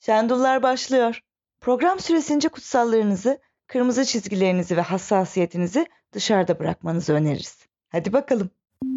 Şendullar başlıyor. Program süresince kutsallarınızı, kırmızı çizgilerinizi ve hassasiyetinizi dışarıda bırakmanızı öneririz. Hadi bakalım.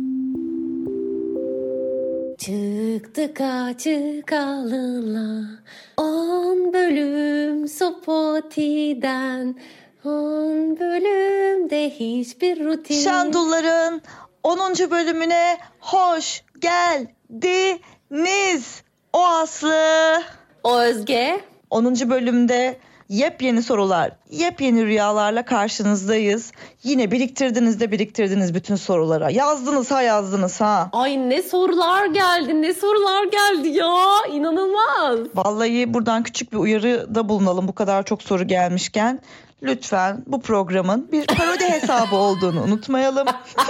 Çıktık çıkalıla 10 bölüm Spotify'den 10 bölümde hiçbir rutin. Şendulların 10. bölümüne hoş geldiniz. O Aslı. O Özge. 10. bölümde yepyeni sorular, yepyeni rüyalarla karşınızdayız. Yine biriktirdiniz bütün sorulara. Yazdınız ha. Ay ne sorular geldi ya. İnanılmaz. Vallahi buradan küçük bir uyarıda bulunalım bu kadar çok soru gelmişken. Lütfen bu programın bir parodi hesabı olduğunu unutmayalım.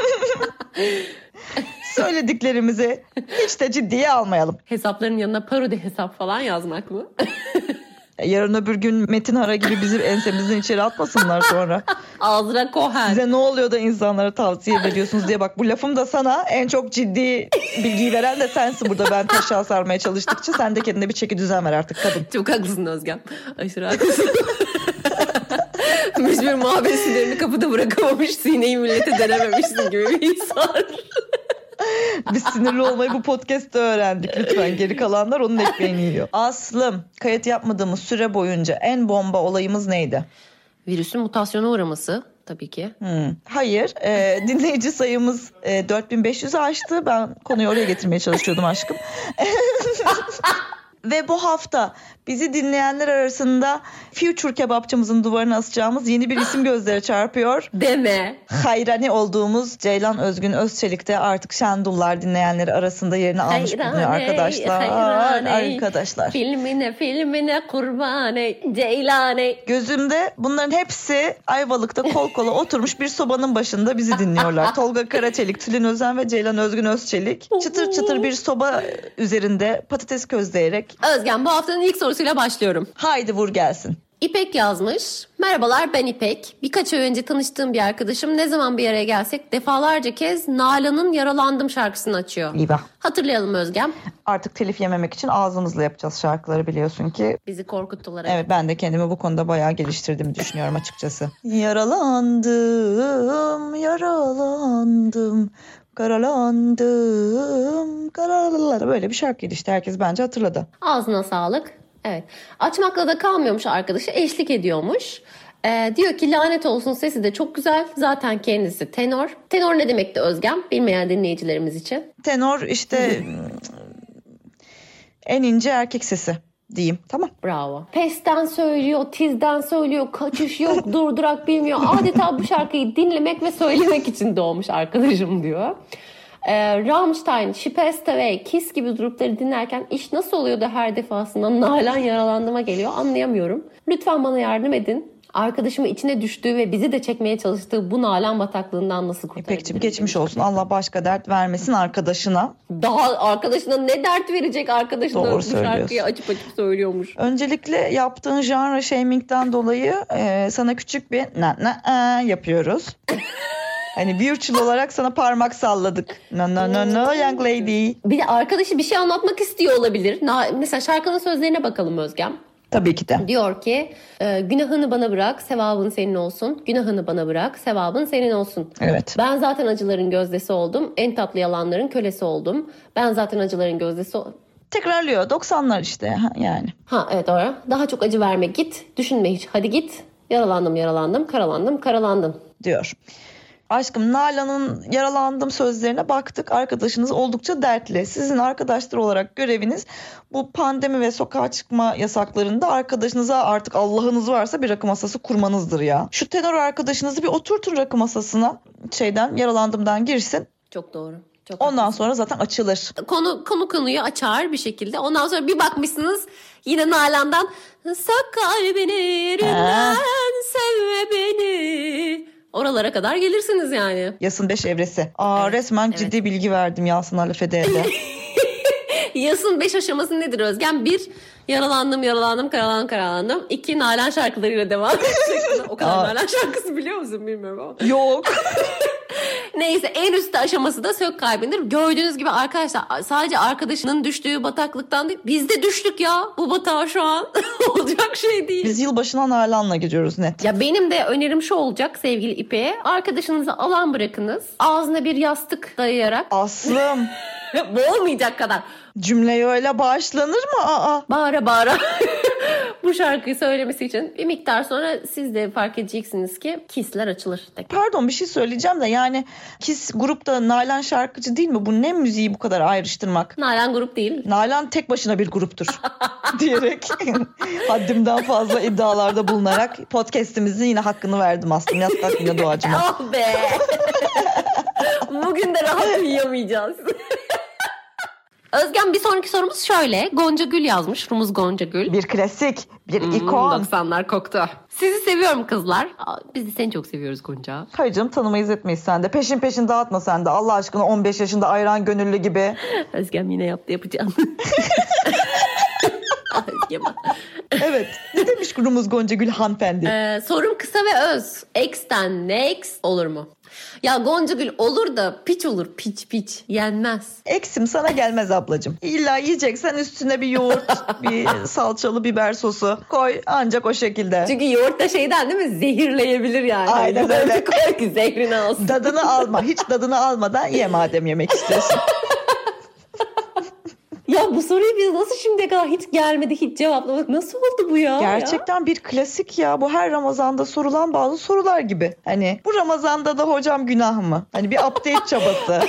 Söylediklerimizi hiç de ciddiye almayalım. Hesapların yanına parodi hesap falan yazmak mı? Yarın öbür gün Metin Hara gibi bizi ensemizden içeri atmasınlar sonra. Ağzına koher. Size ne oluyor da insanlara tavsiye ediyorsunuz diye bak bu lafım da sana en çok ciddi bilgiyi veren de sensin burada ben taşa sarmaya çalıştıkça sen de kendine bir çeki düzen ver artık kadın. Çok haklısın Özgem. Aşırı haklısın. Mücbir muhabbetçilerini kapıda bırakamamış sineyi millete denememişsin gibi bir his var. Biz sinirli olmayı bu podcast'te öğrendik lütfen. Geri kalanlar onun ekmeğini yiyor. Aslım, kayıt yapmadığımız süre boyunca en bomba olayımız neydi? Virüsün mutasyona uğraması tabii ki. Hayır. Dinleyici sayımız 4500'ü aştı. Ben konuyu oraya getirmeye çalışıyordum aşkım. Ve bu hafta bizi dinleyenler arasında Future kebapçımızın duvarına asacağımız yeni bir isim gözlere çarpıyor. Deme. Hayrani olduğumuz Ceylan Özgün Özçelik de artık Şendullar dinleyenleri arasında yerini almış bulunuyor arkadaşlar. Arkadaşlar. Filmine kurbanı Ceylane. Gözümde bunların hepsi Ayvalık'ta kol kola oturmuş bir sobanın başında bizi dinliyorlar. Tolga Karaçelik, Tülin Özen ve Ceylan Özgün Özçelik çıtır çıtır bir soba üzerinde patates közleyerek. Özgen, bu haftanın ilk sorusuyla başlıyorum. Haydi vur gelsin. İpek yazmış. Merhabalar, ben İpek. Birkaç ay önce tanıştığım bir arkadaşım ne zaman bir araya gelsek defalarca kez Nalan'ın Yaralandım şarkısını açıyor. İyi bak. Hatırlayalım Özgem. Artık telif yememek için ağzımızla yapacağız şarkıları biliyorsun ki. Bizi korkuttular. Evet, ben de kendimi bu konuda bayağı geliştirdiğimi düşünüyorum açıkçası. Yaralandım. Karalandım. Böyle bir şarkıydı işte, herkes bence hatırladı. Ağzına sağlık. Evet. Açmakla da kalmıyormuş arkadaşı, eşlik ediyormuş. Diyor ki lanet olsun sesi de çok güzel. Zaten kendisi tenor. Tenor ne demekti Özgem? Bilmeyen dinleyicilerimiz için. Tenor işte en ince erkek sesi diyeyim. Tamam. Bravo. Pes'ten söylüyor, tizden söylüyor, kaçış yok, durdurak bilmiyor. Adeta bu şarkıyı dinlemek ve söylemek için doğmuş arkadaşım diyor. Rammstein, Şipeste ve Kiss gibi grupları dinlerken iş nasıl oluyor da her defasında Nalan Yaralandım'a geliyor anlayamıyorum. Lütfen bana yardım edin. Arkadaşımı içine düştüğü ve bizi de çekmeye çalıştığı bu Nalan bataklığından nasıl kurtarabilirim? İpekciğim geçmiş olsun. Allah başka dert vermesin arkadaşına. Daha arkadaşına ne dert verecek, arkadaşına Doğru bu şarkıyı açıp söylüyormuş. Öncelikle yaptığın genre shaming'den dolayı sana küçük bir yapıyoruz. Hani virtual olarak sana parmak salladık. No young lady. Bir de arkadaşı bir şey anlatmak istiyor olabilir. Mesela şarkının sözlerine bakalım Özgem. Tabii ki de. Diyor ki günahını bana bırak, sevabın senin olsun. Günahını bana bırak, sevabın senin olsun. Evet. Ben zaten acıların gözdesi oldum. En tatlı yalanların kölesi oldum. Ben zaten acıların gözdesi Tekrarlıyor. 90'lar işte yani. Ha evet doğru. Daha çok acı verme git. Düşünme hiç. Hadi git. Yaralandım, karalandım. Diyor. Aşkım, Nalan'ın Yaralandım sözlerine baktık. Arkadaşınız oldukça dertli. Sizin arkadaşlar olarak göreviniz bu pandemi ve sokağa çıkma yasaklarında arkadaşınıza artık Allah'ınız varsa bir rakı masası kurmanızdır ya. Şu tenor arkadaşınızı bir oturtun rakı masasına. Yaralandımdan girsin. Çok doğru. Ondan sonra zaten açılır. Konuyu açar bir şekilde. Ondan sonra bir bakmışsınız yine Nalan'dan sök kalbini yerinden sev beni. Oralara kadar gelirsiniz yani. Yasın 5 evresi. Resmen ciddi bilgi verdim Yasın'a laf ede. Yasın 5 aşaması nedir Özgen? 1. Yaralandım, karalandım. 2. Nalan şarkılarıyla devam. O kadar Nalan şarkısı biliyor musun bilmiyorum ama. Yok. Neyse, en üst aşaması da sök kalbindir. Gördüğünüz gibi arkadaşlar, sadece arkadaşının düştüğü bataklıktan değil, biz de düştük ya bu batağa şu an. Olacak şey değil. Biz yılbaşına Nalan'la gidiyoruz net. Ya benim de önerim şu olacak sevgili İpek'e. Arkadaşınıza alan bırakınız. Ağzına bir yastık dayayarak. Aslım. Boğulmayacak kadar. Cümleyi öyle bağışlanır mı? Aa. Bağıra bağıra. Bu şarkıyı söylemesi için bir miktar sonra siz de fark edeceksiniz ki Kiss'ler açılır. Pardon, bir şey söyleyeceğim de yani Kiss grupta Nalan şarkıcı değil mi? Bu ne müziği bu kadar ayrıştırmak? Nalan grup değil. Nalan tek başına bir gruptur diyerek haddimden fazla iddialarda bulunarak podcast'imizin yine hakkını verdim aslında. Yaz kalkmıyor doğacıma. Ah be. Bugün de rahat uyuyamayacağız. Özgen, bir sonraki sorumuz şöyle. Gonca Gül yazmış. Rumuz Gonca Gül. Bir klasik, bir ikon. 90'lar koktu. Sizi seviyorum kızlar. Biz de seni çok seviyoruz Gonca. Hayır canım, tanımayız etmeyiz sen de. Peşin peşin dağıtma sen de. Allah aşkına 15 yaşında ayran gönüllü gibi. Özgem yine yapacağım. Özgem. Evet. Ne demiş Rumuz Gonca Gül hanımefendi? Sorum kısa ve öz. X'ten next olur mu? Ya Gonca Gül olur da piç olur. Piç. Yenmez. Eksim sana gelmez ablacığım. İlla yiyeceksen üstüne bir yoğurt, bir salçalı biber sosu koy, ancak o şekilde. Çünkü yoğurt da şeyden değil mi? Zehirleyebilir yani. Aynen öyle. Koy ki zehrini alsın. Dadını alma. Hiç dadını almadan ye madem yemek istiyorsun. Ya bu soruyu biz nasıl şimdiye kadar hiç gelmedi, hiç cevaplamadık. Nasıl oldu bu ya? Gerçekten bir klasik ya. Bu her Ramazan'da sorulan bazı sorular gibi. Hani bu Ramazan'da da hocam günah mı? Hani bir update çabası.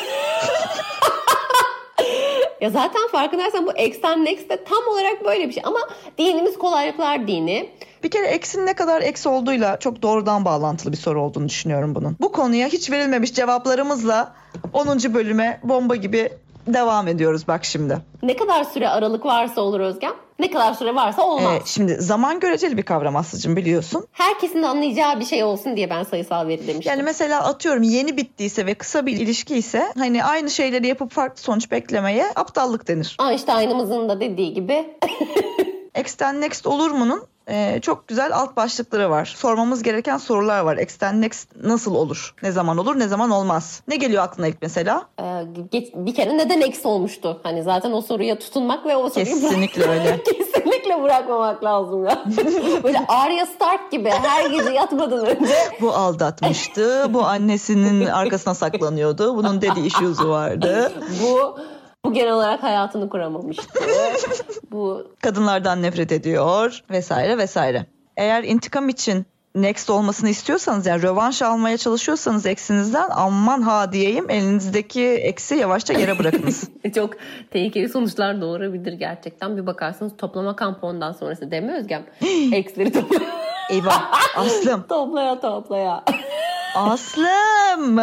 Ya zaten farkındaysan bu X'ten Next de tam olarak böyle bir şey. Ama dinimiz kolaylıklar dini. Bir kere eksin ne kadar eksi olduğuyla çok doğrudan bağlantılı bir soru olduğunu düşünüyorum bunun. Bu konuya hiç verilmemiş cevaplarımızla 10. bölüme bomba gibi devam ediyoruz bak şimdi. Ne kadar süre aralık varsa olur Özgem. Ne kadar süre varsa olmaz. Şimdi zaman göreceli bir kavram Aslı'cığım, biliyorsun. Herkesin anlayacağı bir şey olsun diye ben sayısal veri demiştim. Yani mesela atıyorum yeni bittiyse ve kısa bir ilişki ise hani aynı şeyleri yapıp farklı sonuç beklemeye aptallık denir. Einstein'ımızın da dediği gibi. X'ten next olur mu'nun çok güzel alt başlıkları var. Sormamız gereken sorular var. X'ten next nasıl olur? Ne zaman olur? Ne zaman olmaz? Ne geliyor aklına ilk mesela? Bir kere neden X olmuştu? Hani zaten o soruya tutunmak ve o soruyu kesinlikle öyle. Kesinlikle bırakmamak lazım ya. Böyle Arya Stark gibi her gece yatmadan önce. Bu aldatmıştı. Bu annesinin arkasına saklanıyordu. Bunun daddy issues'u vardı. Bu genel olarak hayatını kuramamıştı. Bu kadınlardan nefret ediyor vesaire vesaire. Eğer intikam için next olmasını istiyorsanız, yani rövanş almaya çalışıyorsanız eksinizden, aman ha diyeyim, elinizdeki eksi yavaşça yere bırakınız. Çok tehlikeli sonuçlar doğurabilir gerçekten. Bir bakarsınız toplama kampı ondan sonrası, değil mi Özgem? Eksleri toplaya. Eyvah Aslım. Toplaya. Aslım.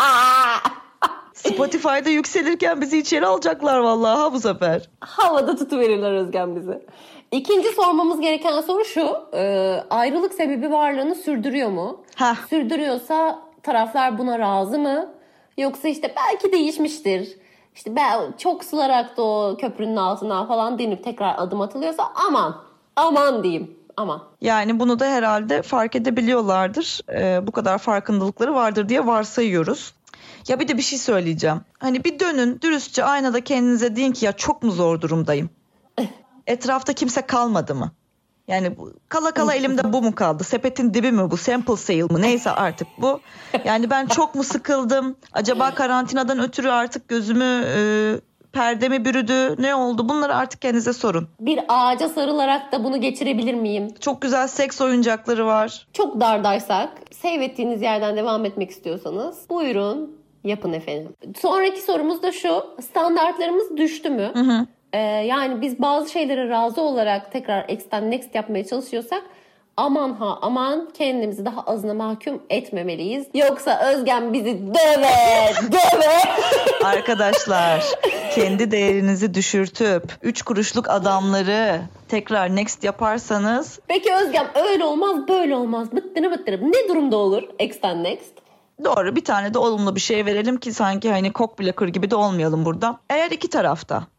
Spotify'da yükselirken bizi içeri alacaklar vallahi ha bu sefer. Havada tutuverirler Özgem bizi. İkinci sormamız gereken soru şu. Ayrılık sebebi varlığını sürdürüyor mu? Sürdürüyorsa taraflar buna razı mı? Yoksa işte belki değişmiştir. İşte çok sular aktı o köprünün altına falan denip tekrar adım atılıyorsa aman diyeyim. Aman. Yani bunu da herhalde fark edebiliyorlardır. Bu kadar farkındalıkları vardır diye varsayıyoruz. Ya bir de bir şey söyleyeceğim. Hani bir dönün dürüstçe aynada kendinize deyin ki ya çok mu zor durumdayım? Etrafta kimse kalmadı mı? Yani kala elimde bu mu kaldı? Sepetin dibi mi bu? Sample sale mı? Neyse artık bu. Yani ben çok mu sıkıldım? Acaba karantinadan ötürü artık gözümü perdemi bürüdü? Ne oldu? Bunları artık kendinize sorun. Bir ağaca sarılarak da bunu geçirebilir miyim? Çok güzel seks oyuncakları var. Çok dardaysak, seyrettiğiniz yerden devam etmek istiyorsanız buyurun yapın efendim. Sonraki sorumuz da şu. Standartlarımız düştü mü? Hı. Yani biz bazı şeylere razı olarak tekrar X'ten next yapmaya çalışıyorsak aman kendimizi daha azına mahkum etmemeliyiz. Yoksa Özgem bizi döve. Arkadaşlar kendi değerinizi düşürtüp 3 kuruşluk adamları tekrar next yaparsanız. Peki Özgem öyle olmaz böyle olmaz. Bıttırı. Ne durumda olur X'ten next? Doğru, bir tane de olumlu bir şey verelim ki sanki hani kok bile kır gibi de olmayalım burada. Eğer iki tarafta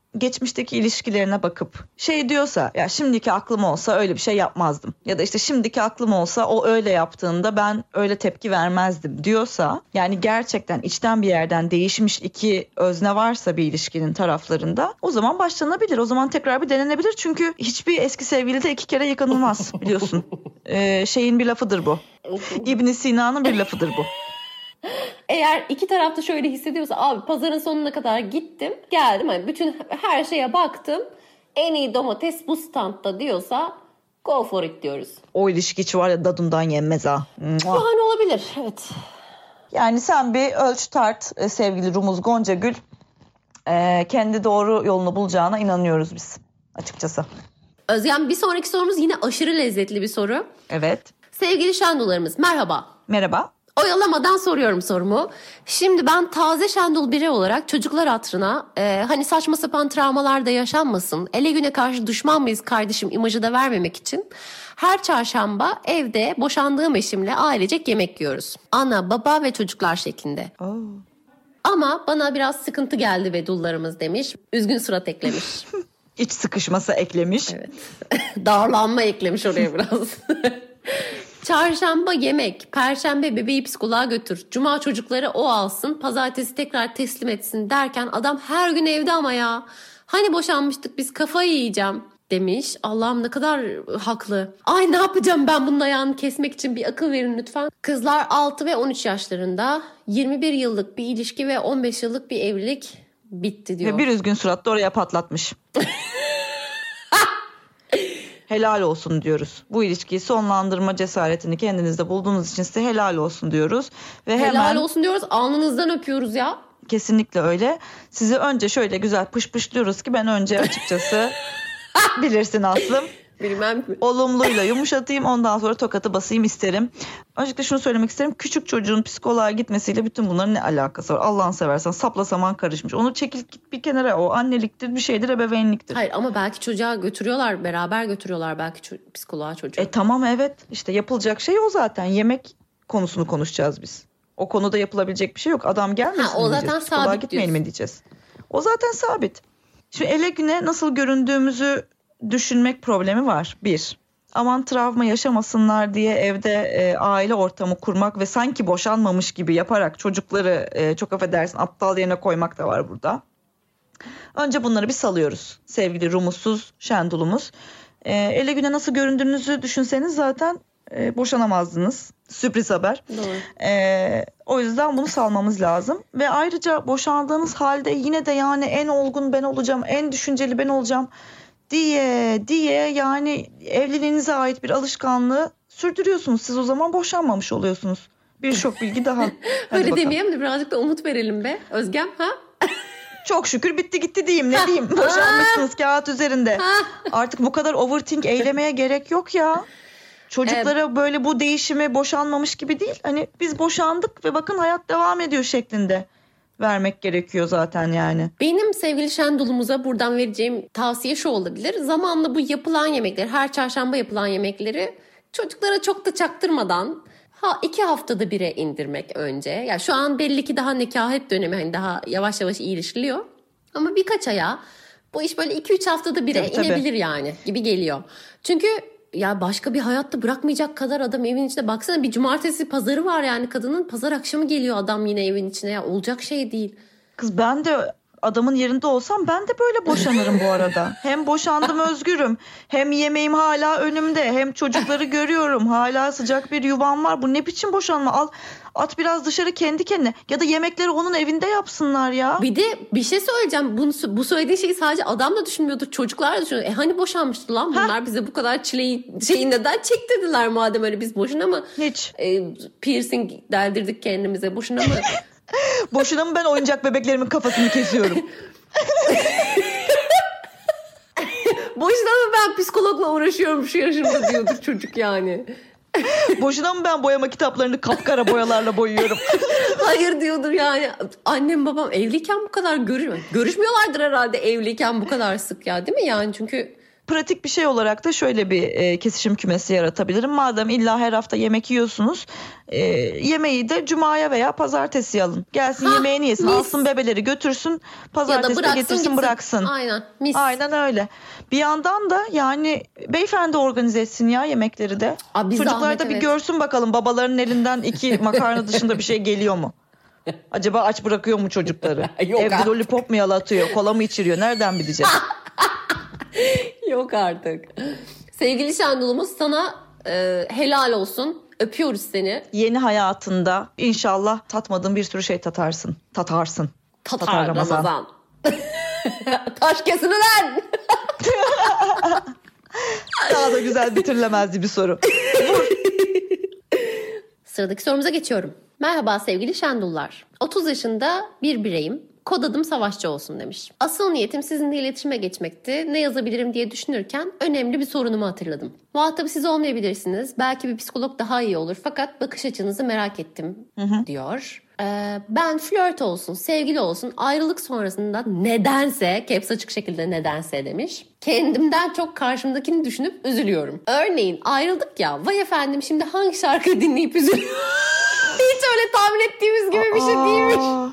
geçmişteki ilişkilerine bakıp şey diyorsa, ya şimdiki aklım olsa öyle bir şey yapmazdım. Ya da işte şimdiki aklım olsa o öyle yaptığında ben öyle tepki vermezdim diyorsa, yani gerçekten içten bir yerden değişmiş iki özne varsa bir ilişkinin taraflarında, o zaman başlanabilir. O zaman tekrar bir denenebilir. Çünkü hiçbir eski sevgili de 2 kere yıkanılmaz biliyorsun. Şeyin bir lafıdır bu. İbn Sina'nın bir lafıdır bu. Eğer iki tarafta şöyle hissediyorsa, abi pazarın sonuna kadar gittim geldim, hani bütün her şeye baktım, en iyi domates bu standta diyorsa go for it diyoruz. O ilişki hiç var ya dadından yenmez ha. Bahane olabilir, evet. Yani sen bir ölç tart sevgili Rumuz Goncagül. Kendi doğru yolunu bulacağına inanıyoruz biz açıkçası. Özgen, bir sonraki sorumuz yine aşırı lezzetli bir soru. Evet. Sevgili şendolarımız merhaba. Merhaba. Oyalamadan soruyorum sorumu. Şimdi ben taze şendol biri olarak çocuklar hatırına hani saçma sapan travmalar da yaşanmasın, ele güne karşı düşman mıyız kardeşim imajı da vermemek için her çarşamba evde boşandığım eşimle ailecek yemek yiyoruz. Ana, baba ve çocuklar şeklinde. Oh. Ama bana biraz sıkıntı geldi ve dullarımız demiş. Üzgün surat eklemiş. İç sıkışması eklemiş. Evet. Darlanma eklemiş oraya biraz. Çarşamba yemek, perşembe bebeği psikoloğa götür, cuma çocukları o alsın, pazartesi tekrar teslim etsin derken adam her gün evde ama ya. Hani boşanmıştık biz, kafayı yiyeceğim demiş. Allah'ım ne kadar haklı. Ay ne yapacağım ben bunun ayağını kesmek için, bir akıl verin lütfen. Kızlar 6 ve 13 yaşlarında, 21 yıllık bir ilişki ve 15 yıllık bir evlilik bitti diyor. Ve bir üzgün suratla oraya patlatmış. Helal olsun diyoruz. Bu ilişkiyi sonlandırma cesaretini kendinizde bulduğunuz için size helal olsun diyoruz. Ve helal olsun diyoruz, alnınızdan öpüyoruz ya. Kesinlikle öyle. Sizi önce şöyle güzel pışpışlıyoruz ki ben önce açıkçası bilirsin Aslım. Bilmem. Olumluyla yumuşatayım, ondan sonra tokatı basayım isterim. Öncelikle şunu söylemek isterim. Küçük çocuğun psikoloğa gitmesiyle bütün bunların ne alakası var? Allah'ını seversen sapla saman karışmış. Onu çekil git bir kenara, o anneliktir, bir şeydir, ebeveynliktir. Hayır ama belki çocuğa götürüyorlar, beraber götürüyorlar belki psikoloğa çocuğu. Tamam, evet, işte yapılacak şey o zaten. Yemek konusunu konuşacağız biz. O konuda yapılabilecek bir şey yok. Adam gelmesin o diyeceğiz. zaten Psikoloğa sabit gitmeyelim diyorsun. mi diyeceğiz. O zaten sabit. Şimdi ele güne nasıl göründüğümüzü düşünmek problemi var. Bir, aman travma yaşamasınlar diye evde aile ortamı kurmak ve sanki boşanmamış gibi yaparak çocukları çok affedersin aptal yerine koymak da var burada. Önce bunları bir salıyoruz sevgili Rumusuz Şendulumuz. Ele güne nasıl göründüğünüzü düşünseniz zaten boşanamazdınız. Sürpriz haber. Doğru. O yüzden bunu salmamız lazım. Ve ayrıca boşandığınız halde yine de yani en olgun ben olacağım, en düşünceli ben olacağım diye yani evliliğinize ait bir alışkanlığı sürdürüyorsunuz. Siz o zaman boşanmamış oluyorsunuz. Bir şok bilgi daha. Öyle demeyelim de birazcık da umut verelim be Özgem, ha? Çok şükür bitti gitti diyeyim, ne diyeyim, boşanmışsınız kağıt üzerinde. Artık bu kadar overthink eylemeye gerek yok ya. Çocuklara böyle bu değişimi boşanmamış gibi değil. Hani biz boşandık ve bakın hayat devam ediyor şeklinde vermek gerekiyor zaten yani. Benim sevgili Şendul'umuza buradan vereceğim tavsiye şu olabilir. Zamanla bu yapılan yemekleri, her çarşamba yapılan yemekleri çocuklara çok da çaktırmadan 2 haftada 1'e indirmek önce. Yani şu an belli ki daha nekahet dönemi, hani daha yavaş yavaş iyileşiliyor. Ama birkaç aya bu iş böyle 2-3 haftada 1'e inebilir yani gibi geliyor. Çünkü ya başka bir hayatta bırakmayacak kadar adam evin içinde. Baksana, bir cumartesi pazarı var yani kadının. Pazar akşamı geliyor adam yine evin içine. Ya olacak şey değil. Kız ben de adamın yerinde olsam ben de böyle boşanırım bu arada. Hem boşandım özgürüm. Hem yemeğim hala önümde. Hem çocukları görüyorum. Hala sıcak bir yuvam var. Bu ne biçim boşanma? Al at biraz dışarı kendi kendine. Ya da yemekleri onun evinde yapsınlar ya. Bir de bir şey söyleyeceğim. Bu söylediğin şeyi sadece adam da düşünmüyordur. Çocuklar da düşünüyor. Hani boşanmıştı lan bunlar. Bize bu kadar çileyi neden çektirdiler madem öyle, biz boşuna mı? Hiç. Piercing deldirdik kendimize. Boşuna mı? Boşuna mı ben oyuncak bebeklerimin kafasını kesiyorum? Boşuna mı ben psikologla uğraşıyorum şu yaşımda diyordur çocuk yani. Boşuna mı ben boyama kitaplarını kapkara boyalarla boyuyorum? Hayır diyordur yani. Annem babam evliyken bu kadar görüşmüyorlardır herhalde, evliyken bu kadar sık ya, değil mi yani? Çünkü pratik bir şey olarak da şöyle bir kesişim kümesi yaratabilirim. Madem illa her hafta yemek yiyorsunuz, yemeği de cumaya veya pazartesi alın. Gelsin yemeğini yesin, alsın bebeleri götürsün, pazartesi de getirsin bıraksın. Aynen, mis. Aynen öyle. Bir yandan da yani beyefendi organize etsin ya yemekleri de. Çocuklar da bir görsün bakalım babaların elinden 2 makarna dışında bir şey geliyor mu? Acaba aç bırakıyor mu çocukları? Evde lollipop mu yalatıyor, kola mı içiriyor? Nereden bileceğiz? Yok artık. Sevgili Şendul'umuz sana helal olsun. Öpüyoruz seni. Yeni hayatında inşallah tatmadığın bir sürü şey tatarsın. Tatar Ramazan. Taş kesin lan. Daha da güzel bitirilemezdi bir soru. Sıradaki sorumuza geçiyorum. Merhaba sevgili Şendullar. 30 yaşında bir bireyim. Kod adım Savaşçı olsun demiş. Asıl niyetim sizinle iletişime geçmekti. Ne yazabilirim diye düşünürken önemli bir sorunumu hatırladım. Muhatabı siz olmayabilirsiniz. Belki bir psikolog daha iyi olur. Fakat bakış açınızı merak ettim diyor. Ben flört olsun, sevgili olsun, ayrılık sonrasında nedense, caps açık şekilde nedense demiş. Kendimden çok karşımdakini düşünüp üzülüyorum. Örneğin ayrıldık ya, vay efendim şimdi hangi şarkıyı dinleyip üzülüyorum. Hiç öyle tahmin ettiğimiz gibi bir şey değilmiş.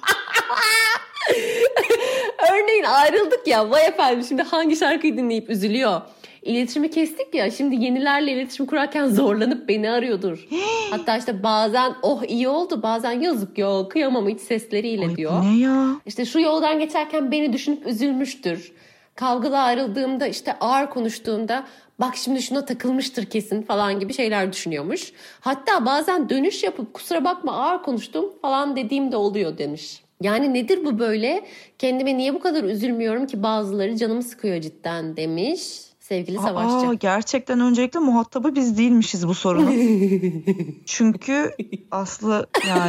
Örneğin ayrıldık ya, vay efendim şimdi hangi şarkıyı dinleyip üzülüyor. İletişimi kestik ya, şimdi yenilerle iletişim kurarken zorlanıp beni arıyordur. Hatta işte bazen oh iyi oldu, bazen yazık ya kıyamam iç sesleriyle diyor. Ne ya? İşte şu yoldan geçerken beni düşünüp üzülmüştür. Kavgalı ayrıldığımda işte ağır konuştuğumda bak şimdi şuna takılmıştır kesin falan gibi şeyler düşünüyormuş. Hatta bazen dönüş yapıp kusura bakma ağır konuştum falan dediğim de oluyor demiş. Yani nedir bu böyle? Kendime niye bu kadar üzülmüyorum ki bazıları canımı sıkıyor cidden demiş sevgili Savaşçı. Gerçekten öncelikle muhatabı biz değilmişiz bu sorunun. Çünkü Aslı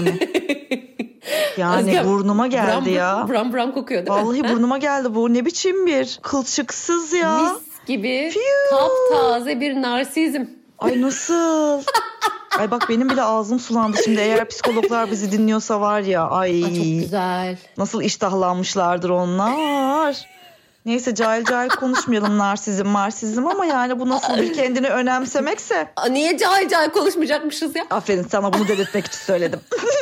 yani Özge, burnuma geldi ya. Buram kokuyor değil mi? Vallahi burnuma geldi bu. Ne biçim bir kılçıksız ya. Mis gibi taptaze bir narsizm. Ay nasıl? Ay bak benim bile ağzım sulandı şimdi. Eğer psikologlar bizi dinliyorsa var ya. Ay çok güzel. Nasıl iştahlanmışlardır onlar. Neyse cahil konuşmayalım narsizm ama yani bu nasıl bir kendini önemsemekse. Niye cahil konuşmayacakmışız ya? Aferin sana bunu dedirtmek için söyledim.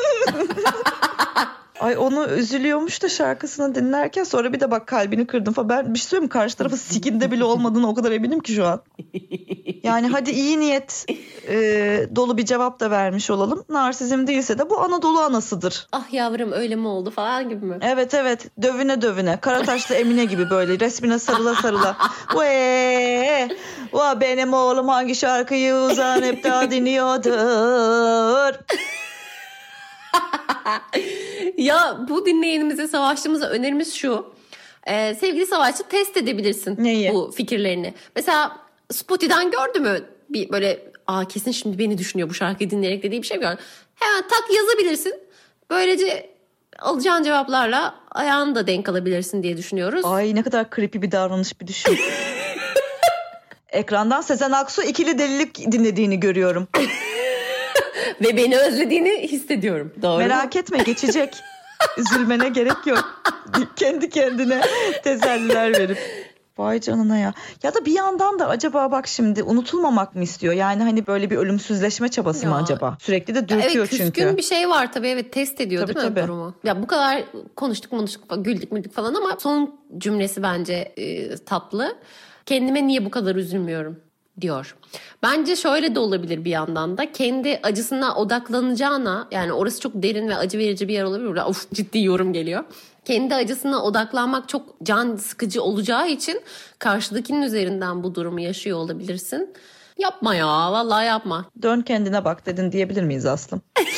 Ay onu üzülüyormuş da şarkısını dinlerken sonra bir de bak kalbini kırdım falan. Ben bir şey söyleyeyim mi? Karşı tarafı sikinde bile olmadığını o kadar eminim ki şu an. Yani hadi iyi niyet dolu bir cevap da vermiş olalım. Narsizm değilse de bu Anadolu anasıdır. Ah yavrum öyle mi oldu falan gibi mi? Evet dövüne. Karataşlı Emine gibi böyle resmine sarıla. Benim oğlum hangi şarkıyı uzanıp da dinliyordur. Ya bu dinleyenimize Savaşçımıza önerimiz şu. Sevgili Savaşçı test edebilirsin bu fikirlerini. Mesela Spotify'dan gördü mü bir böyle kesin şimdi beni düşünüyor bu şarkıyı dinleyerek dediği bir şey gördü. Hemen tak yazabilirsin. Böylece alacağın cevaplarla ayağını da denk alabilirsin diye düşünüyoruz. Ay ne kadar creepy bir davranış bir düşün. Ekrandan Sezen Aksu ikili delilik dinlediğini görüyorum. Ve beni özlediğini hissediyorum. Doğru. Merak etme geçecek. Üzülmene gerek yok. Kendi kendine teselliler verip. Vay canına ya. Ya da bir yandan da acaba bak şimdi unutulmamak mı istiyor? Yani hani böyle bir ölümsüzleşme çabası mı acaba? Sürekli de dürtüyor çünkü. Evet küskün bir şey var tabii evet test ediyor değil mi durumu? Ya bu kadar konuştuk güldük falan ama son cümlesi bence tatlı. Kendime niye bu kadar üzülmüyorum diyor. Bence şöyle de olabilir bir yandan da kendi acısına odaklanacağına yani orası çok derin ve acı verici bir yer olabilir. Of ciddi yorum geliyor. Kendi acısına odaklanmak çok can sıkıcı olacağı için karşıdakinin üzerinden bu durumu yaşıyor olabilirsin. Yapma ya vallahi yapma. Dön kendine bak dedin diyebilir miyiz Aslım?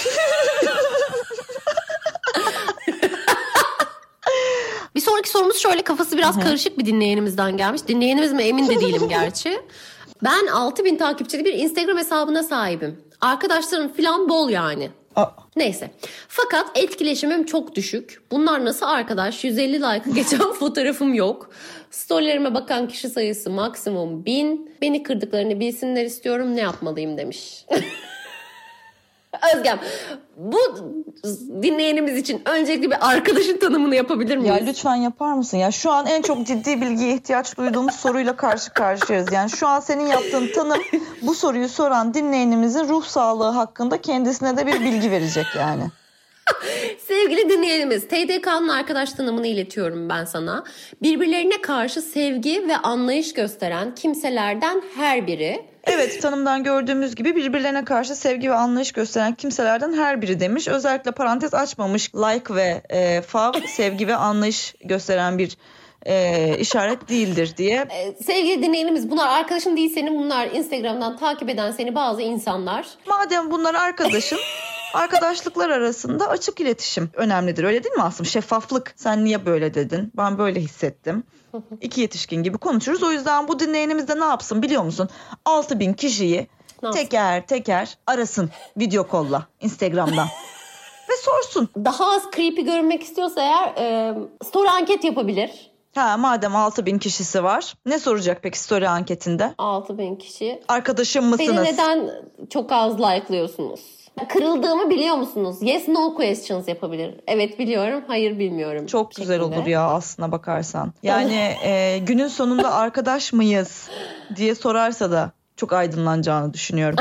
Bir sonraki sorumuz şöyle kafası biraz karışık bir dinleyenimizden gelmiş. Dinleyenimiz mi emin de değilim gerçi. Ben 6000 takipçili bir Instagram hesabına sahibim. Arkadaşlarım falan bol yani. Neyse. Fakat etkileşimim çok düşük. Bunlar nasıl arkadaş? 150 like'ı geçen fotoğrafım yok. Storylerime bakan kişi sayısı maksimum 1000. Beni kırdıklarını bilsinler istiyorum. Ne yapmalıyım demiş. Özgem, bu dinleyenimiz için öncelikle bir arkadaşın tanımını yapabilir miyiz? Ya lütfen yapar mısın? Ya şu an en çok ciddi bilgiye ihtiyaç duyduğumuz soruyla karşı karşıyayız. Yani şu an senin yaptığın tanım bu soruyu soran dinleyenimizin ruh sağlığı hakkında kendisine de bir bilgi verecek yani. Sevgili dinleyenimiz, TDK'nın arkadaş tanımını iletiyorum ben sana. Birbirlerine karşı sevgi ve anlayış gösteren kimselerden her biri. Evet, tanımdan gördüğümüz gibi birbirlerine karşı sevgi ve anlayış gösteren kimselerden her biri demiş. Özellikle parantez açmamış. Like ve fav sevgi ve anlayış gösteren bir işaret değildir diye. Sevgili dinleyenimiz, bunlar arkadaşın değil senin, bunlar Instagram'dan takip eden seni bazı insanlar. Madem bunlar arkadaşın, arkadaşlıklar arasında açık iletişim önemlidir. Öyle değil mi Aslım? Şeffaflık. Sen niye böyle dedin? Ben böyle hissettim. İki yetişkin gibi konuşuruz. O yüzden bu dinleyenimiz de ne yapsın biliyor musun? 6000 kişiyi teker teker arasın video call'la Instagram'dan. Ve sorsun. Daha az creepy görünmek istiyorsa eğer story anket yapabilir. Madem 6000 kişisi var. Ne soracak peki story anketinde? 6000 kişi. Arkadaşım mısınız? Beni neden çok az like'lıyorsunuz? Kırıldığımı biliyor musunuz? Yes no questions yapabilir. Evet biliyorum, hayır bilmiyorum. Çok güzel olur ya aslına bakarsan. Yani günün sonunda arkadaş mıyız diye sorarsa da çok aydınlanacağını düşünüyorum.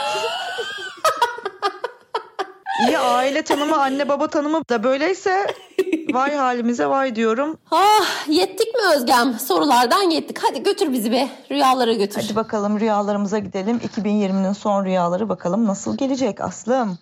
İyi aile tanımı, anne baba tanımı da böyleyse vay halimize vay diyorum. Yettik mi Özgem? Sorulardan yettik. Hadi götür bizi be. Rüyalara götür. Hadi bakalım rüyalarımıza gidelim. 2020'nin son rüyaları bakalım nasıl gelecek Aslım.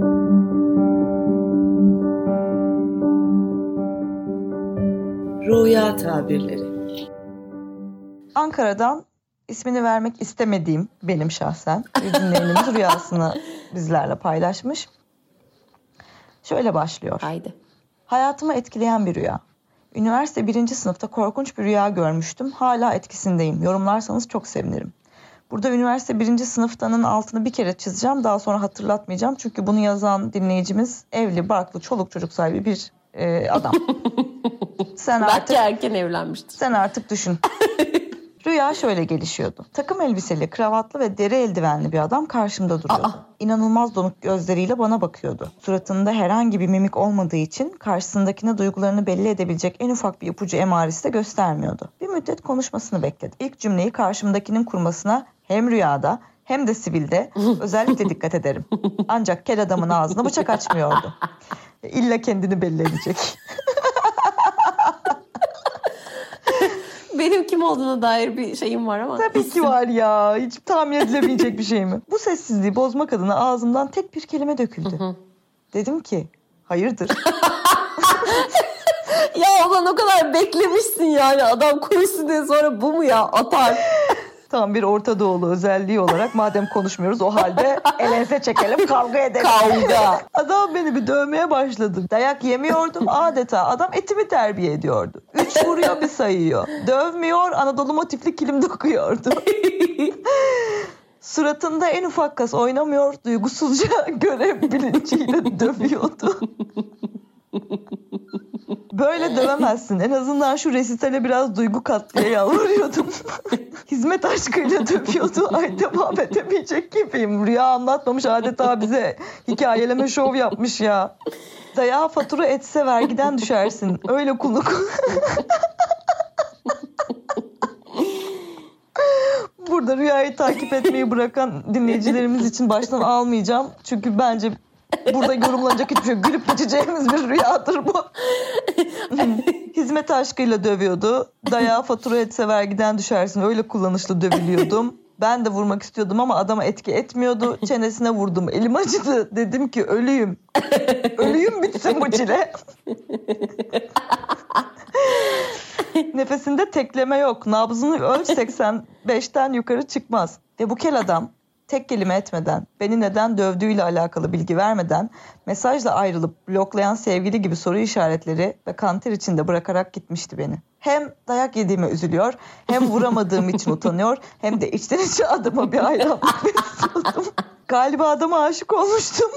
Rüya tabirleri. Ankara'dan ismini vermek istemediğim benim şahsen bir dinleyenimiz rüyasını bizlerle paylaşmış. Şöyle başlıyor. Haydi. Hayatımı etkileyen bir rüya. Üniversite 1. sınıfta korkunç bir rüya görmüştüm. Hala etkisindeyim. Yorumlarsanız çok sevinirim. Burada üniversite 1. sınıftanın altını bir kere çizeceğim. Daha sonra hatırlatmayacağım. Çünkü bunu yazan dinleyicimiz evli, barklı, çoluk çocuk sahibi bir adam. Belki erken evlenmiştir. Sen artık düşün. Rüya şöyle gelişiyordu. Takım elbiseli, kravatlı ve deri eldivenli bir adam karşımda duruyordu. İnanılmaz donuk gözleriyle bana bakıyordu. Suratında herhangi bir mimik olmadığı için karşısındakine duygularını belli edebilecek en ufak bir ipucu emaresi de göstermiyordu. Bir müddet konuşmasını bekledim. İlk cümleyi karşımdakinin kurmasına hem rüyada hem de sivilde özellikle dikkat ederim. Ancak kel adamın ağzına bıçak açmıyordu. İlla kendini belli edecek. Benim kim olduğuna dair bir şeyim var ama. Tabii ki var ya. Hiç tahmin edilemeyecek bir şey mi? Bu sessizliği bozmak adına ağzımdan tek bir kelime döküldü. Dedim ki hayırdır? Ya ulan o kadar beklemişsin yani adam konuşsun diye, sonra bu mu ya atar. Tam bir Orta Doğulu özelliği olarak madem konuşmuyoruz o halde el ense çekelim, kavga edelim. Kavga. Adam beni bir dövmeye başladı. Dayak yemiyordum adeta. Adam etimi terbiye ediyordu. 3 vuruyor bir sayıyor. Dövmüyor, Anadolu motifli kilim dokuyordu. Suratında en ufak kas oynamıyor, duygusuzca görev bilinciyle dövüyordu. Böyle dövemezsin. En azından şu resitale biraz duygu kat diye yalvarıyordum. Hizmet aşkıyla dövüyordu. Ay devam edemeyecek gibiyim. Rüya anlatmamış adeta bize hikayeleme şov yapmış ya. Dayağı fatura etse vergiden düşersin. Öyle kuluk. Burada rüyayı takip etmeyi bırakan dinleyicilerimiz için baştan almayacağım. Çünkü bence burada yorumlanacak hiçbir şey yok. Gülüp geçeceğimiz bir rüyadır bu. Hizmet aşkıyla dövüyordu. Dayağı fatura etse vergiden düşersin. Öyle kullanışlı dövülüyordum. Ben de vurmak istiyordum ama adama etki etmiyordu. Çenesine vurdum. Elim acıdı. Dedim ki ölüyüm. Ölüyüm bitsin bu çile. Nefesinde tekleme yok. Nabzını ölç 85'ten yukarı çıkmaz. Ve bu kel adam tek kelime etmeden, beni neden dövdüğüyle alakalı bilgi vermeden, mesajla ayrılıp bloklayan sevgili gibi soru işaretleri ve kanter içinde bırakarak gitmişti beni. Hem dayak yediğime üzülüyor, hem vuramadığım için utanıyor, hem de içten içe adıma bir hayranlık besliyordum. Galiba adama aşık olmuştum.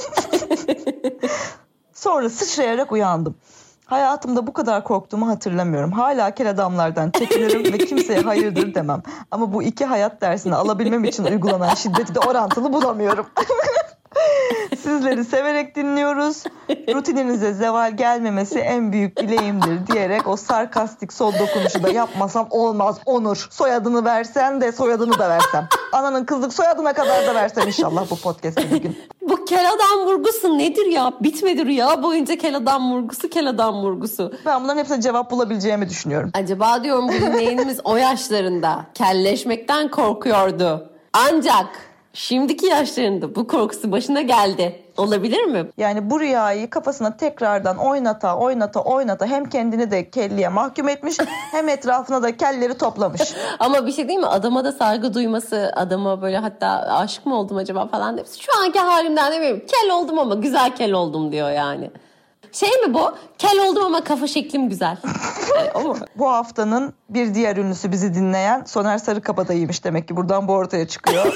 Sonra sıçrayarak uyandım. Hayatımda bu kadar korktuğumu hatırlamıyorum. Hala kel adamlardan çekinirim ve kimseye hayırdır demem. Ama bu iki hayat dersini alabilmem için uygulanan şiddeti de orantılı bulamıyorum. Sizleri severek dinliyoruz. Rutininize zeval gelmemesi en büyük dileğimdir diyerek o sarkastik son dokunuşu da yapmasam olmaz. Onur, soyadını versen de soyadını da versem. Ananın kızlık soyadına kadar da versem inşallah bu podcast'te bir gün. Bu kel adam vurgusu nedir ya? Bitmedi rüya boyunca kel adam vurgusu, kel adam vurgusu. Ben bunların hepsine cevap bulabileceğimi düşünüyorum. Acaba diyorum bu dinleyenimiz o yaşlarında kelleşmekten korkuyordu. Ancak şimdiki yaşlarında bu korkusu başına geldi. Olabilir mi? Yani bu rüyayı kafasına tekrardan oynata hem kendini de kelliye mahkum etmiş hem etrafına da kelleri toplamış. Ama bir şey değil mi? Adama da saygı duyması, adama böyle hatta aşık mı oldum acaba falan demiş. Şu anki halimden demiyorum. Kel oldum ama güzel kel oldum diyor yani. Şey mi bu? Kel oldum ama kafa şeklim güzel. O mu? Bu haftanın bir diğer ünlüsü bizi dinleyen Soner Sarıkabadayıymış demek ki. Buradan bu ortaya çıkıyor.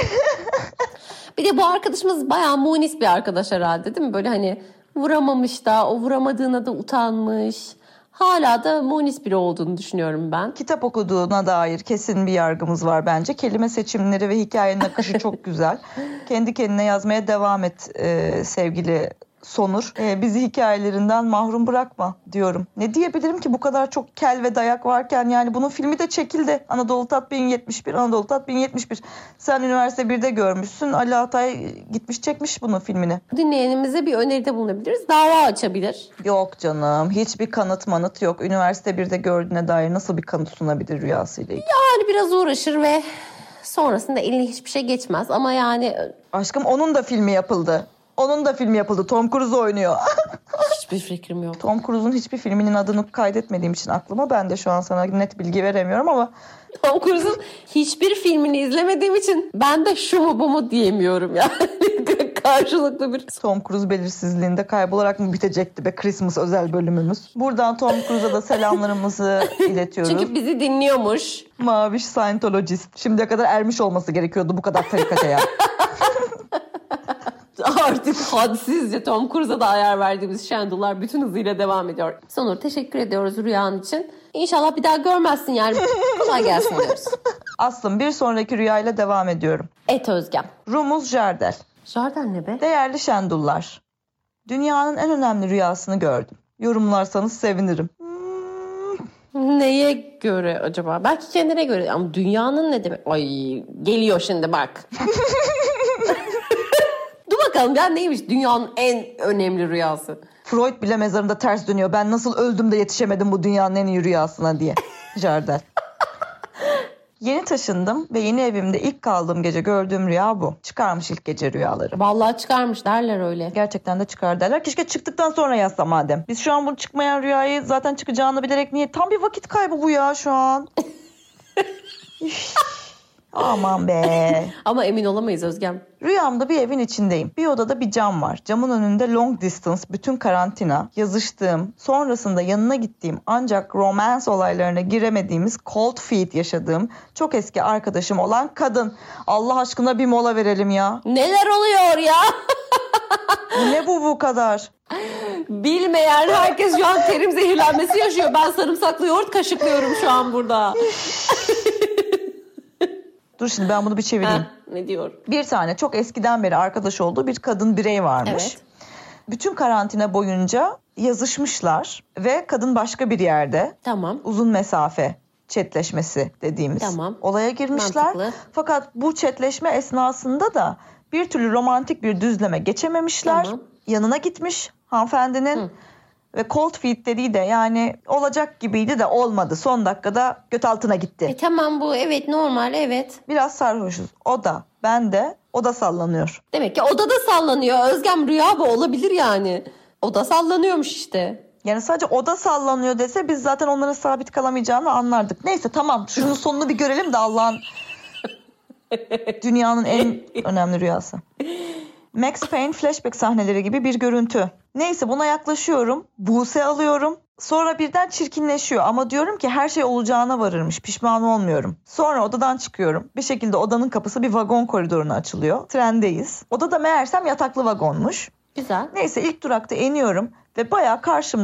Bir de bu arkadaşımız bayağı munis bir arkadaş herhalde değil mi? Böyle hani vuramamış da o vuramadığına da utanmış. Hala da munis biri olduğunu düşünüyorum ben. Kitap okuduğuna dair kesin bir yargımız var bence. Kelime seçimleri ve hikayenin akışı çok güzel. Kendi kendine yazmaya devam et sevgili Sonur. Bizi hikayelerinden mahrum bırakma diyorum. Ne diyebilirim ki bu kadar çok kel ve dayak varken, yani bunun filmi de çekildi. Anadolu Tat 1071, Anadolu Tat 1071. Sen üniversite 1'de görmüşsün. Ali Atay gitmiş çekmiş bunun filmini. Dinleyenimize bir öneride bulunabiliriz. Dava açabilir. Yok canım. Hiçbir kanıt yok. Üniversite 1'de gördüğüne dair nasıl bir kanıt sunabilir rüyasıyla ilgili? Yani biraz uğraşır ve sonrasında eline hiçbir şey geçmez. Ama yani... Aşkım onun da filmi yapıldı. Tom Cruise oynuyor. Hiçbir fikrim yok. Tom Cruise'un hiçbir filminin adını kaydetmediğim için aklıma, ben de şu an sana net bilgi veremiyorum ama. Tom Cruise'un hiçbir filmini izlemediğim için ben de şu mu bu mu diyemiyorum yani. Karşılıklı bir. Tom Cruise belirsizliğinde kaybolarak mı bitecekti be Christmas özel bölümümüz? Buradan Tom Cruise'a da selamlarımızı iletiyoruz. Çünkü bizi dinliyormuş. Maviş Scientologist. Şimdiye kadar ermiş olması gerekiyordu bu kadar tarikata ya. Artık hadsizce Tom Cruise'a da ayar verdiğimiz şendular bütün hızıyla devam ediyor. Sonur teşekkür ediyoruz rüyan için. İnşallah bir daha görmezsin yani. Kolay gelsin diyoruz. Aslım bir sonraki rüyayla devam ediyorum. Et Özgem. Rumuz Jardel. Jardel ne be? Değerli şendullar. Dünyanın en önemli rüyasını gördüm. Yorumlarsanız sevinirim. Neye göre acaba? Belki kendine göre ama dünyanın ne demek? Ay geliyor şimdi bak. Dur bakalım ya neymiş dünyanın en önemli rüyası? Freud bile mezarında ters dönüyor. Ben nasıl öldüm de yetişemedim bu dünyanın en iyi rüyasına diye. Jardel. Yeni taşındım ve yeni evimde ilk kaldığım gece gördüğüm rüya bu. Çıkarmış ilk gece rüyaları. Vallahi çıkarmış derler öyle. Gerçekten de çıkar derler. Keşke çıktıktan sonra yazsa madem. Biz şu an bu çıkmayan rüyayı zaten çıkacağını bilerek niye? Tam bir vakit kaybı bu ya şu an. Aman be. Ama emin olamayız Özgem. Rüyamda bir evin içindeyim. Bir odada bir cam var. Camın önünde long distance, bütün karantina, yazıştığım, sonrasında yanına gittiğim ancak romans olaylarına giremediğimiz cold feet yaşadığım çok eski arkadaşım olan kadın. Allah aşkına bir mola verelim ya. Neler oluyor ya? Ne bu kadar? Bilmeyen herkes şu an terim zehirlenmesi yaşıyor. Ben sarımsaklı yoğurt kaşıklıyorum şu an burada. Dur şimdi ben bunu bir çevireyim. Ne diyor? Bir tane çok eskiden beri arkadaş olduğu bir kadın birey varmış. Evet. Bütün karantina boyunca yazışmışlar ve kadın başka bir yerde. Tamam. Uzun mesafe chatleşmesi dediğimiz olaya girmişler. Mantıklı. Fakat bu chatleşme esnasında da bir türlü romantik bir düzleme geçememişler. Tamam. Yanına gitmiş hanımefendinin. Ve cold feet dediği de yani olacak gibiydi de olmadı. Son dakikada göt altına gitti. Tamam bu evet normal evet. Biraz sarhoşuz. O da ben de o da sallanıyor. Demek ki odada sallanıyor. Özgem rüya bu olabilir yani. Oda sallanıyormuş işte. Yani sadece oda sallanıyor dese biz zaten onların sabit kalamayacağını anlardık. Neyse tamam şunun sonunu bir görelim de Allah'ın dünyanın en önemli rüyası. Max Payne flashback sahneleri gibi bir görüntü. Neyse buna yaklaşıyorum. Buse alıyorum. Sonra birden çirkinleşiyor ama diyorum ki her şey olacağına varırmış. Pişman olmuyorum. Sonra odadan çıkıyorum. Bir şekilde odanın kapısı bir vagon koridoruna açılıyor. Trendeyiz. Odada meğersem yataklı vagonmuş. Güzel. Neyse ilk durakta iniyorum ve bayağı karşımda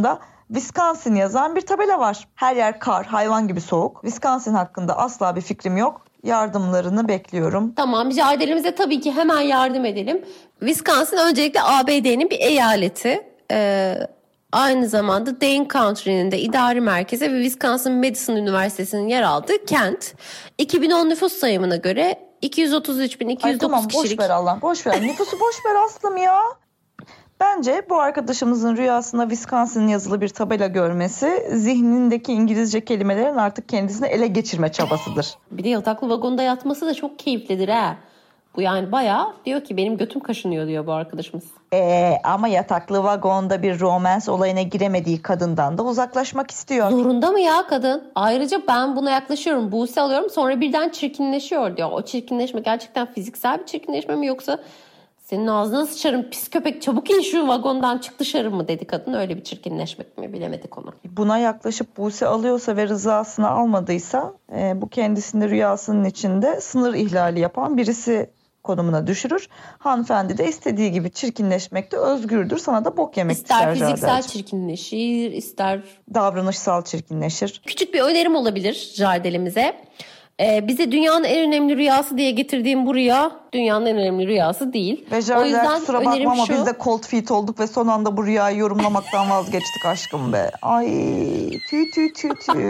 Wisconsin yazan bir tabela var. Her yer kar, hayvan gibi soğuk. Wisconsin hakkında asla bir fikrim yok. Yardımlarını bekliyorum. Tamam, Jardel'imize tabii ki hemen yardım edelim. Wisconsin öncelikle ABD'nin bir eyaleti. Aynı zamanda Dane County'nin de idari merkezi ve Wisconsin-Madison Üniversitesi'nin yer aldığı kent. 2010 nüfus sayımına göre 233.209 tamam, kişilik. Boş ver Allah, boş ver. Nüfusu boş ver Aslım ya. Bence bu arkadaşımızın rüyasında Wisconsin yazılı bir tabela görmesi zihnindeki İngilizce kelimelerin artık kendisini ele geçirme çabasıdır. Bir de yataklı vagonda yatması da çok keyiflidir ha. Bu yani bayağı diyor ki benim götüm kaşınıyor diyor bu arkadaşımız. Ama yataklı vagonda bir romans olayına giremediği kadından da uzaklaşmak istiyor. Zorunda mı ya kadın? Ayrıca ben buna yaklaşıyorum, buğse alıyorum, sonra birden çirkinleşiyor diyor. O çirkinleşme gerçekten fiziksel bir çirkinleşme mi, yoksa senin ağzına sıçarım pis köpek çabuk in şu vagondan çık dışarı mı dedi kadın, öyle bir çirkinleşmek mi bilemedik onu. Buna yaklaşıp buğse alıyorsa ve rızasını almadıysa bu kendisini rüyasının içinde sınır ihlali yapan birisi konumuna düşürür. Hanımefendi de istediği gibi çirkinleşmekte özgürdür. Sana da bok yemek İster düşer fiziksel Jardel'cim. çirkinleşir, ister davranışsal çirkinleşir. Küçük bir önerim olabilir Jardel'imize. Bize dünyanın en önemli rüyası diye getirdiğim bu rüya dünyanın en önemli rüyası değil. Ve Jardel, o yüzden kusura bakma önerim ama şu. biz de cold feet olduk ve son anda bu rüyayı yorumlamaktan vazgeçtik aşkım be. Ay tüy.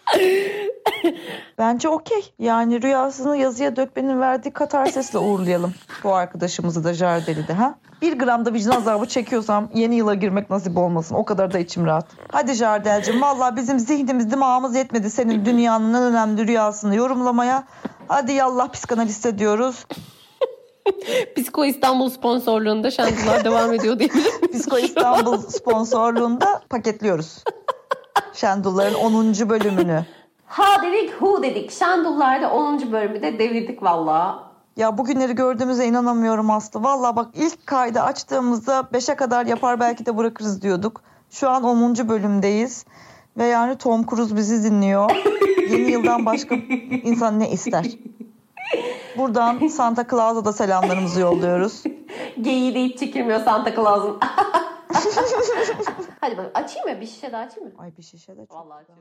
Bence okey. Yani rüyasını yazıya dökmenin verdiği katarsisle uğurlayalım bu arkadaşımızı da Jardel'i de. Ha? 1 gram da vicdan azabı çekiyorsam yeni yıla girmek nasip olmasın. O kadar da içim rahat. Hadi Jardel'cim, vallahi bizim zihnimiz dimağımız yetmedi senin dünyanın en önemli rüyasını yorumlamaya. Hadi yallah psikanaliste diyoruz. Psiko İstanbul sponsorluğunda şantılar devam ediyor diyebilirim. Psiko İstanbul sponsorluğunda paketliyoruz. Şendulların 10. bölümünü. Ha dedik hu dedik. Şendullar'da 10. bölümü de devirdik valla. Ya bugünleri gördüğümüze inanamıyorum Aslı. Valla bak, ilk kaydı açtığımızda 5'e kadar yapar belki de bırakırız diyorduk. Şu an 10. bölümdeyiz. Ve yani Tom Cruise bizi dinliyor. Yeni yıldan başka insan ne ister? Buradan Santa Claus'a da selamlarımızı yolluyoruz. Geyiği de hiç çekilmiyor Santa Claus'un. Hadi bak açayım mı? Bir şişe daha açayım mı? Ay bir şişe de çok. Vallahi